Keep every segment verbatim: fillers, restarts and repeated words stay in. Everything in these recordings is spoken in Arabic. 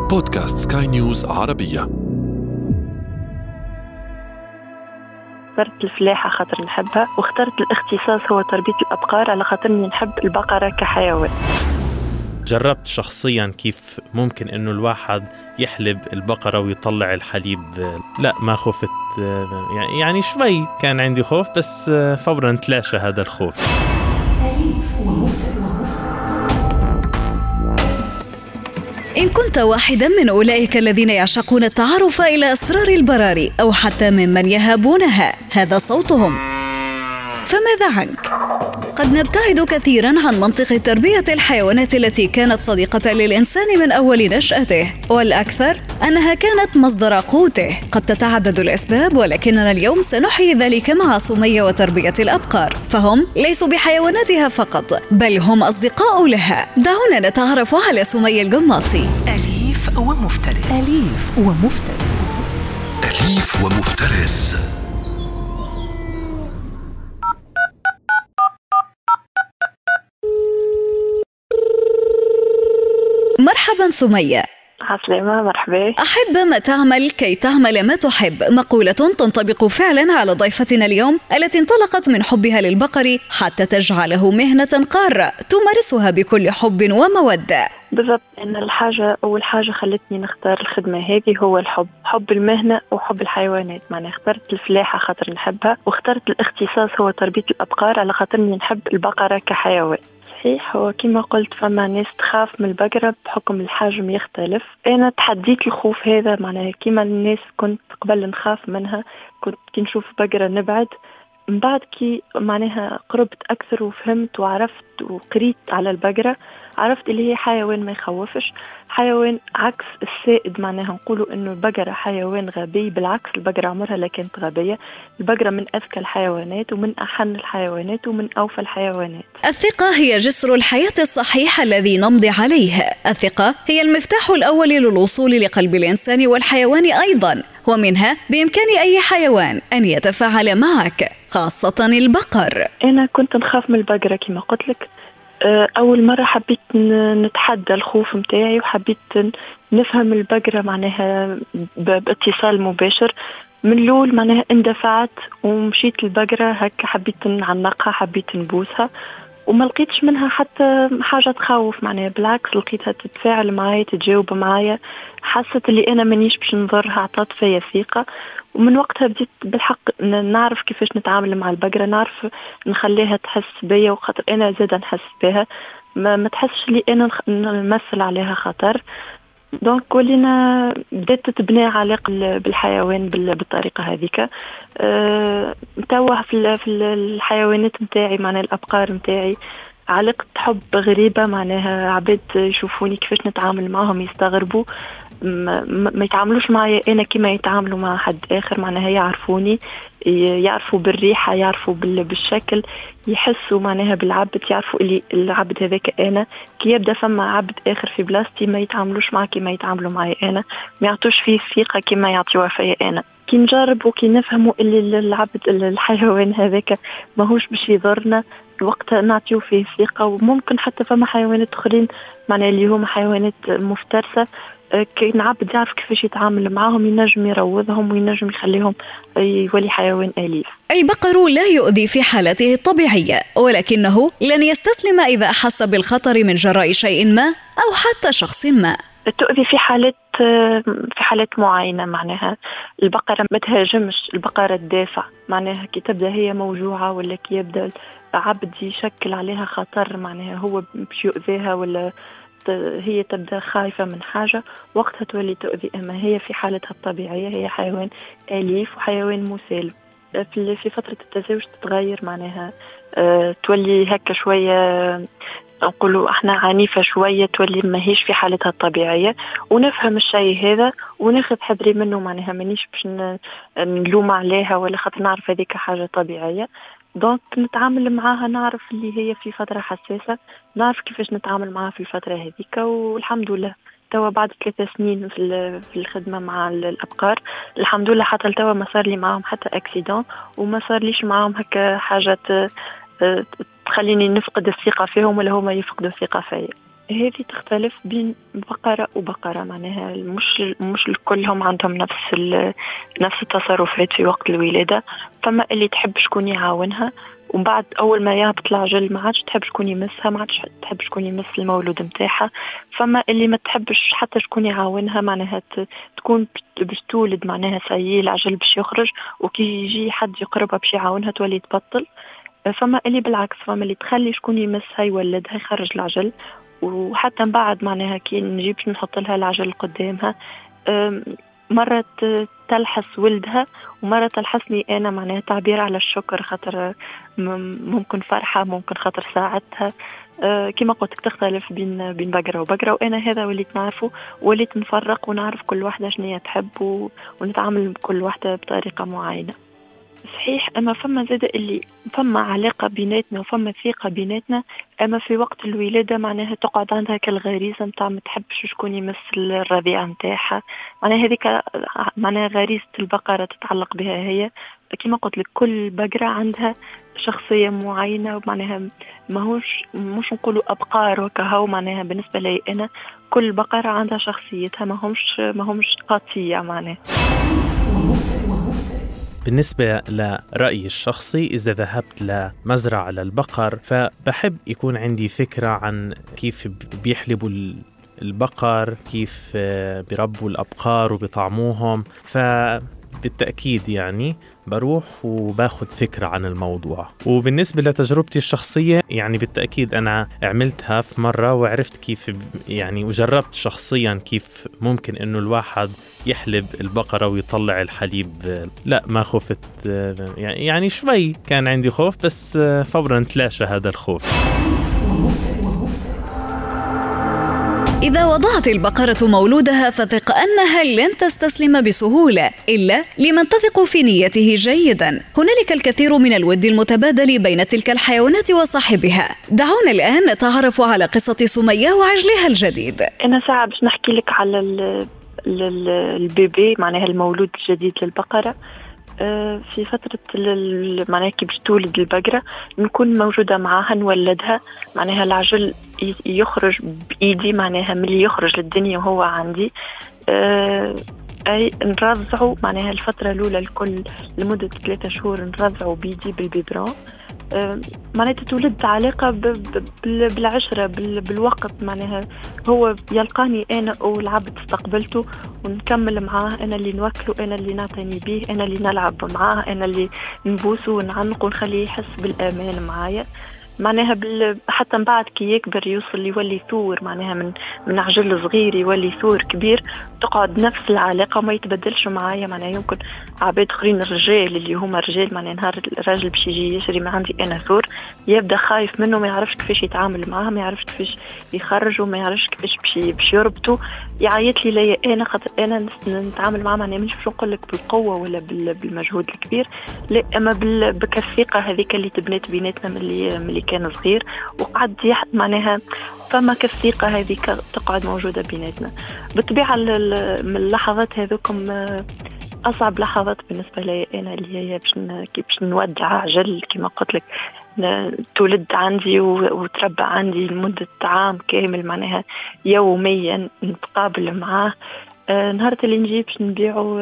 بودكاست سكاي نيوز عربية. اخترت الفلاحة خاطر نحبها، واخترت الاختصاص هو تربية الأبقار على خاطرني نحب البقرة كحيوان. جربت شخصيا كيف ممكن انه الواحد يحلب البقرة ويطلع الحليب. لا ما خفت، يعني شوي كان عندي خوف بس فورا تلاشى هذا الخوف. إن كنت واحدا من أولئك الذين يعشقون التعرف إلى أسرار البراري أو حتى ممن يهابونها، هذا صوتهم. فماذا عنك؟ قد نبتعد كثيرا عن منطق تربية الحيوانات التي كانت صديقة للإنسان من أول نشأته، والأكثر أنها كانت مصدر قوته. قد تتعدد الأسباب، ولكننا اليوم سنحيي ذلك مع سمية وتربية الأبقار، فهم ليسوا بحيواناتها فقط بل هم أصدقاء لها. دعونا نتعرف على سمية الجماطي. أليف ومفترس. أليف ومفترس. أليف ومفترس. مرحبا سمية. عسلامة، مرحبا. أحب ما تعمل كي تعمل ما تحب، مقولة تنطبق فعلا على ضيفتنا اليوم التي انطلقت من حبها للبقر حتى تجعله مهنة قارة تمارسها بكل حب ومودة. بالضبط، إن الحاجة أول حاجة خلتني نختار الخدمة هذه هو الحب، حب المهنة وحب الحيوانات. معنى اخترت الفلاحة خاطر نحبها، واخترت الاختصاص هو تربية الأبقار على خاطرني نحب البقرة كحيوان. صحيح، هو كما قلت فما ناس تخاف من البقرة بحكم الحجم يختلف. أنا تحديت الخوف هذا، معناها كما الناس كنت قبل نخاف منها، كنت كي نشوف بقرة نبعد. من بعد كي معناها قربت أكثر وفهمت وعرفت وقريت على البقرة، عرفت اللي هي حيوان ما يخوفش، حيوان عكس السائد. معناها نقولوا إنه البقرة حيوان غبي، بالعكس البقرة عمرها لا كانت غبية. البقرة من أذكى الحيوانات ومن أحن الحيوانات ومن أوفى الحيوانات. الثقة هي جسر الحياة الصحيح الذي نمضي عليه. الثقة هي المفتاح الأول للوصول لقلب الإنسان والحيوان أيضا، ومنها بإمكان أي حيوان أن يتفاعل معك، خاصة البقر. أنا كنت نخاف من البقرة كما قلت لك. أول مرة حبيت نتحدى الخوف متاعي وحبيت نفهم البقرة معناها باتصال مباشر. من الأول معناها اندفعت ومشيت البقرة هكا، حبيت نعنقها، حبيت نبوسها، وما لقيتش منها حتى حاجة تخوف. معناها بالعكس لقيتها تتفاعل معايا، تجاوب معايا، حست اللي أنا مانيش باش نضرها، عطات فيا ثقة. ومن وقتها بديت بالحق نعرف كيفاش نتعامل مع البقرة، نعرف نخليها تحس بيا وخاطر أنا زادة نحس بها، ما, ما تحسش لي أنا نمثل عليها خطر. دونك ولينا بدأت تبني علاقة بالحيوان بالطريقة هذيك. أه توا في الحيوانات متاعي، معناها الأبقار متاعي، علاقة حب غريبة. معناها عباد يشوفوني كيفاش نتعامل معهم يستغربوا، ما, ما يتعاملوش معي أنا كما يتعاملوا مع حد آخر. معناها يعرفوني، يعرفوا بالريحة، يعرفوا بالشكل، يحسوا معناها بالعبد، يعرفوا اللي العبد هذاك أنا. كي يبدأ فما عبد آخر في بلاستي ما يتعاملوش معي كما يتعاملوا معي أنا، ما يعطوش فيه ثقة كما يعطيوها فيا أنا. كي نجرب وكي نفهموا اللي العبد الحيوان هذاك ماهوش باش يضرنا، وقتها نعطيو فيه ثقة. وممكن حتى فما حيوانات أخرين معناها اللي هم حيوانات مفترسة، كي نعبد يعرف كيفاش يتعامل معهم، ينجم يروضهم وينجم يخليهم يولي حيوان أليف. البقر لا يؤذي في حالته الطبيعية، ولكنه لن يستسلم إذا أحس بالخطر من جراء شيء ما أو حتى شخص ما. تؤذي في حالات في حالات معينة. معناها البقرة ما تهاجمش، البقرة تدافع. معناها كي تبدأ هي موجوعة ولا كي يبدأ عبد يشكل عليها خطر، معناها هو باش يؤذيها ولا هي تبدأ خايفة من حاجة، وقتها تولي تؤذي. أما هي في حالتها الطبيعية هي حيوان أليف وحيوان مسالم. في في فترة التزاوج تتغير، معناها أه تولي هكا شوية، نقولوا احنا عنيفة شوية، تولي ما هيش في حالتها الطبيعية. ونفهم الشيء هذا وناخذ حذري منه. معناها مانيش باش نلوم عليها ولا خاطر نعرف هذيك حاجة طبيعية. دونك نتعامل معاها، نعرف اللي هي في فترة حساسة، نعرف كيفاش نتعامل معاها في الفترة هذيك. والحمد لله توا بعد ثلاثة سنين في في الخدمة مع الأبقار، الحمد لله حتى توا ما صار لي معهم حتى أكسيدون، وما صار ليش معهم هكا حاجة تخليني نفقد الثقة فيهم ولا هما يفقدوا الثقة فيا. هذه تختلف بين بقرة وبقرة، معناها مش مش كلهم عندهم نفس نفس التصرفات في وقت الولادة. فما اللي تحب شكون يعاونها، ومن بعد أول ما يهبط العجل ما عادش تحب شكون يمسها، ما عادش تحب شكون يمس المولود متاعها. فما اللي ما تحبش حتى شكون يعاونها، معناها تكون باش تولد معناها سيء العجل باش يخرج، وكي يجي حد يقربها باش يعاونها تولي تبطل. فما اللي بالعكس، فما اللي تخلي شكون يمسها يولدها يخرج العجل، وحتى من بعد معناها كي نجيبش نحط لها العجل قدامها مرة تلحس ولدها ومرة تلحسني أنا، معناها تعبير على الشكر، خاطر ممكن فرحة، ممكن خاطر ساعتها. كما قلت تختلف بين بين بقرة وبقرة، وأنا هذا وليت نعرفه، وليت نفرق ونعرف كل واحدة شنو تحب، ونتعامل بكل واحدة بطريقة معينة. صحيح، أما فما زادة اللي فما علاقة بيناتنا وفما ثقة بيناتنا، أما في وقت الولادة معناها تقعد عندها كالغريزة متاع ما تحبش شكون يمس الرضيعة متاعها، معناها هذيك معناها غريزة البقرة تتعلق بها هي. كما قلت لك كل بقرة عندها شخصية معينة، معناها ماهوش مش نقولوا أبقار وكهو، معناها بالنسبة لي أنا كل بقرة عندها شخصيتها، ما همش ما همش قاطية معناها. بالنسبة لرأيي الشخصي، إذا ذهبت لمزرعة للبقر فبحب يكون عندي فكرة عن كيف بيحلبوا البقر، كيف بيربوا الأبقار وبيطعموهم. فبالتأكيد يعني بروح وباخد فكرة عن الموضوع. وبالنسبة لتجربتي الشخصية، يعني بالتأكيد أنا عملتها في مرة وعرفت كيف يعني، وجربت شخصيا كيف ممكن إنه الواحد يحلب البقرة ويطلع الحليب. لا ما خفت، يعني شوي كان عندي خوف، بس فورا تلاشى هذا الخوف. إذا وضعت البقرة مولودها فثق أنها لن تستسلم بسهولة إلا لمن تثق في نيته جيدا. هنالك الكثير من الود المتبادل بين تلك الحيوانات وصاحبها. دعونا الآن نتعرف على قصة سمية وعجلها الجديد. أنا ساعة باش نحكي لك على البيبي، معناها المولود الجديد للبقرة. في فترة معناها كي باش تولد البقرة نكون موجودة معاها نولدها، معناها العجل يخرج بإيدي، معناها ملي يخرج للدنيا وهو عندي. أي نرضعه معناها الفترة الأولى الكل لمدة ثلاثة شهور نرضعه بيدي بالبيبرون. معناها تولد علاقة بالعشرة بالوقت، معناها هو يلقاني أنا والعبد استقبلته ونكمل معاه، أنا اللي نوكله، أنا اللي نعتني به، أنا اللي نلعب معاه، أنا اللي نبوسه ونعنقه ونخليه يحس بالأمان معايا. معناها بال... حتى من بعد كي يكبر يوصل يولي ثور، معناها من من عجل صغير يولي ثور كبير، تقعد نفس العلاقة ما يتبدلش معايا. معناها يمكن عباد اخرين الرجال اللي هما رجال، معناها نهار الراجل باش يجي يشري من عندي انا ثور يبدا خايف منه، ما يعرفش كيفاش يتعامل معاه، ما يعرفش كيفاش يخرجه، ما يعرفش كيفاش باش باش يربطه. يعيط لي ليا انا خاطر انا نتعامل معاه، معناها مش باش نقول لك بالقوة ولا بالمجهود الكبير، لا اما بالثقة هذيك اللي تبنت بيناتنا ملي ملي كان صغير، وقعد معناها فما كالثقة هذيك تقعد موجودة بيناتنا. بالطبيعة من اللحظات هذوكم أصعب لحظات بالنسبة لي أنا اللي هي باش باش نودع عجل كما قلت لك، تولد عندي وتربى عندي لمدة عام كامل، معناها يوميا نتقابل معاه. نهار اللي نجيب باش نبيعه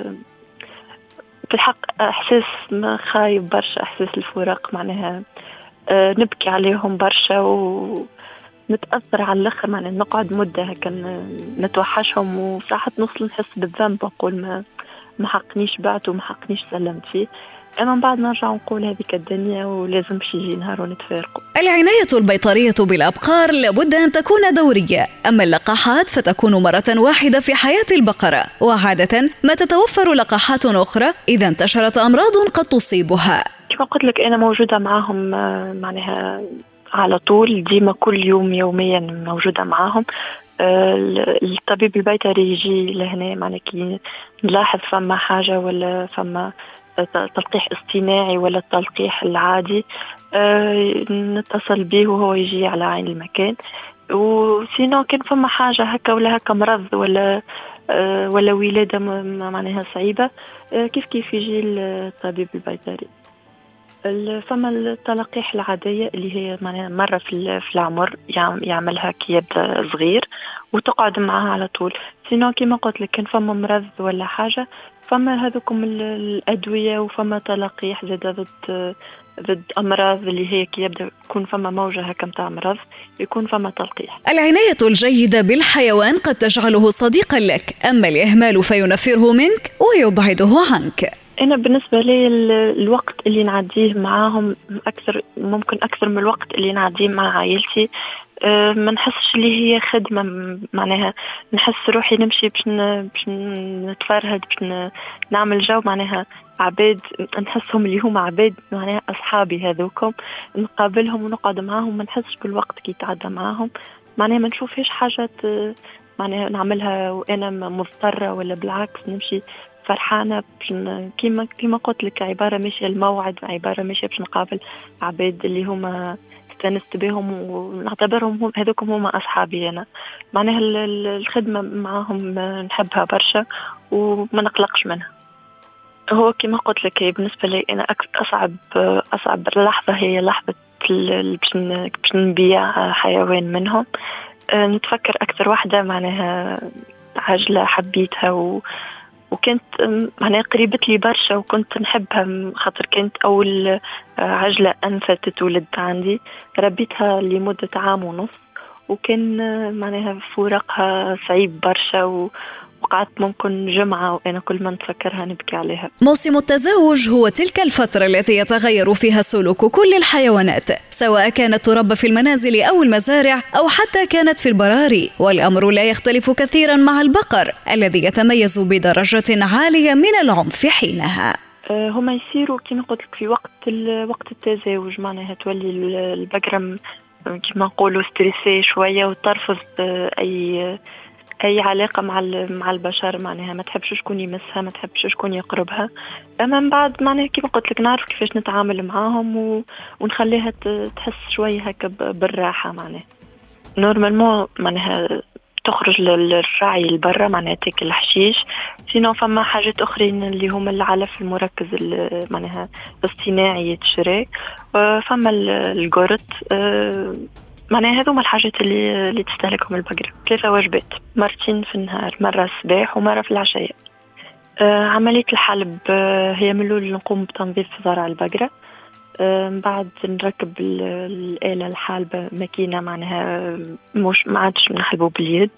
في الحق إحساس ما خايب برشا، إحساس الفراق، معناها أه نبكي عليهم برشا ونتأثر على الآخر، معناها نقعد مدة هكا نتوحشهم، وساعات نوصل نحس بالذنب، أقول ما ما حقنيش بعته وما حقنيش سلمت فيه. أما من بعد نرجع نقول هذيك الدنيا ولازم يجي نهار ونتفارقوا. العناية البيطرية بالأبقار لابد أن تكون دورية، أما اللقاحات فتكون مرة واحدة في حياة البقرة، وعادة ما تتوفر لقاحات أخرى إذا انتشرت أمراض قد تصيبها. كما قلت لك أنا موجودة معهم، معناها على طول ديما كل يوم يوميا موجودة معهم. الطبيب البيطري يجي لهنا، معناها كي نلاحظ فما حاجة ولا فما تلقيح اصطناعي ولا التلقيح العادي نتصل به وهو يجي على عين المكان. وسينو كان فما حاجة هكا ولا هكا مرض ولا ولا ولادة معناها صعيبة، كيف كيف يجي الطبيب البيطري. فما التلقيح العادية اللي هي مرة في العمر يعملها كي يبدأ صغير وتقعد معها على طول. سينو كما قلت لك كان فما مرض ولا حاجة فما هذوكم الأدوية وفما تلقيح زاد ضد ضد أمراض اللي هي كي يبدأ يكون فما موجة هكا متاع مرض يكون فما تلقيح. العناية الجيدة بالحيوان قد تجعله صديقا لك، أما الإهمال فينفره منك ويبعده عنك. أنا بالنسبة لي الوقت اللي نعديه معاهم أكثر ممكن أكثر من الوقت اللي نعديه مع عائلتي. أه ما نحسش اللي هي خدمة، معناها نحس روحي نمشي باش باش نتفرهد باش نعمل جو، معناها عباد نحسهم اللي هم عباد، معناها أصحابي هذوكم نقابلهم ونقعد معاهم، ما نحسش بالوقت كي يتعدى معاهم، معناها ما نشوفش حاجة معناها نعملها وأنا مضطرة ولا بالعكس نمشي فرحانة كيما كيما قلت لك عبارة ماشية الموعد، عبارة ماشية باش نقابل عباد اللي هما استانست بهم ونعتبرهم هم هذوكم هما أصحابي. أنا معناها الخدمة معاهم نحبها برشا وما نقلقش منها. هو كيما قلت لك بالنسبة لي أنا أصعب أصعب لحظة هي لحظة باش نبيع حيوان منهم. نتفكر أكثر واحدة معناها عجلة حبيتها و وكانت معناها قريبة لي برشا وكنت نحبها خاطر كانت أول عجلة أنثى تولد عندي، ربيتها لمدة عام ونص وكان معناها فراقها صعيب برشا وقعدت ممكن جمعة وأنا كل ما نتفكرها نبكي عليها. موسم التزاوج هو تلك الفترة التي يتغير فيها سلوك كل الحيوانات، سواء كانت تربى في المنازل أو المزارع أو حتى كانت في البراري، والأمر لا يختلف كثيرا مع البقر الذي يتميز بدرجة عالية من العنف حينها. هما يصيروا كما قلت لك في وقت وقت التزاوج، معناها تولي البقرة كما نقولوا ستريسي شوية وترفض أي أي علاقة مع مع البشر، معناها ما تحبش شكون يمسها، ما تحبش شكون يقربها. أما من بعد معناها كيف قلت لك نعرف كيفاش نتعامل معاهم و... ونخليها تحس شوية هكا بالراحة. معناها نورمالمون معناها تخرج للرعي البرة، معناها تاكل الحشيش، سينو فما حاجات أخرين اللي هم العلف المركز معناها اصطناعي يتشري، فما الجرت، معناها هذوما الحاجات اللي اللي تستهلكهم البقرة. ثلاثة وجبات مرتين في النهار، مرة الصباح ومرة في العشية. آه عملية الحلب آه هي من الأول نقوم بتنظيف ذرع البقرة، آه بعد نركب الآلة الحالبة ماكينة، معناها مش ما عادش نحلبه باليد،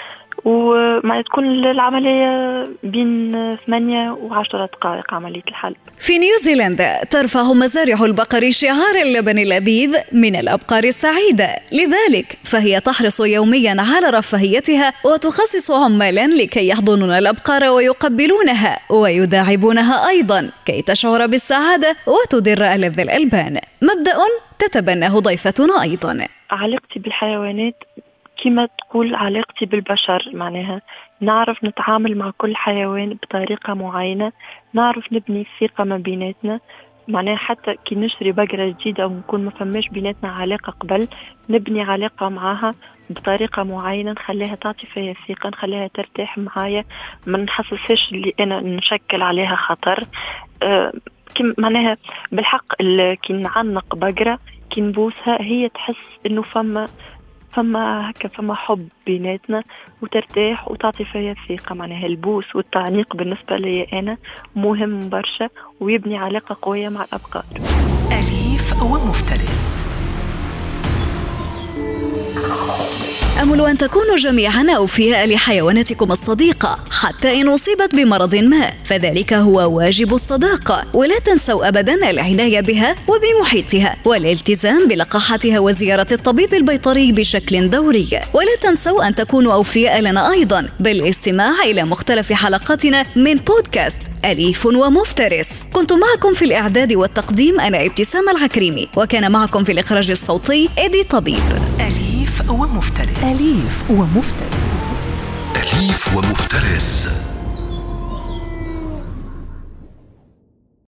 وما تكون العملية بين ثمانية وعشرة دقائق عملية الحلب. في نيوزيلندا ترفع مزارع البقر شعار اللبن اللذيذ من الأبقار السعيدة، لذلك فهي تحرص يوميا على رفاهيتها وتخصص عمالا لكي يحضنون الأبقار ويقبلونها ويداعبونها أيضا كي تشعر بالسعادة وتدر ألذ الألبان، مبدأ تتبناه ضيفتنا أيضا. علاقتي بالحيوانات كما تقول علاقتي بالبشر، معناها نعرف نتعامل مع كل حيوان بطريقة معينة، نعرف نبني ثقة ما بيناتنا، معناها حتى كي نشتري بقرة جديدة ونكون ما فماش بيناتنا علاقة قبل، نبني علاقة معها بطريقة معينة نخليها تعطي فيها ثقة، نخليها ترتاح معايا، ما نحسسش اللي أنا نشكل عليها خطر. أه كم معناها بالحق كي نعنق بقرة كي نبوسها هي تحس إنه فما فما هكا فما حب بيناتنا وترتاح وتعطي فيها ثقة. معناها البوس والتعنيق بالنسبة لي أنا مهم برشا ويبني علاقة قوية مع الأبقار. أليف ومفترس. أمل أن تكونوا جميعا أوفياء لحيواناتكم الصديقة حتى إن أصيبت بمرض ما، فذلك هو واجب الصداقة، ولا تنسوا أبدا العناية بها وبمحيطها والالتزام بلقاحتها وزيارة الطبيب البيطري بشكل دوري، ولا تنسوا أن تكونوا أوفياء لنا أيضا بالاستماع إلى مختلف حلقاتنا من بودكاست أليف ومفترس. كنت معكم في الإعداد والتقديم أنا ابتسام العكريمي، وكان معكم في الإخراج الصوتي إيدي طبيب. أليف ومفترس. أليف ومفترس. أليف ومفترس.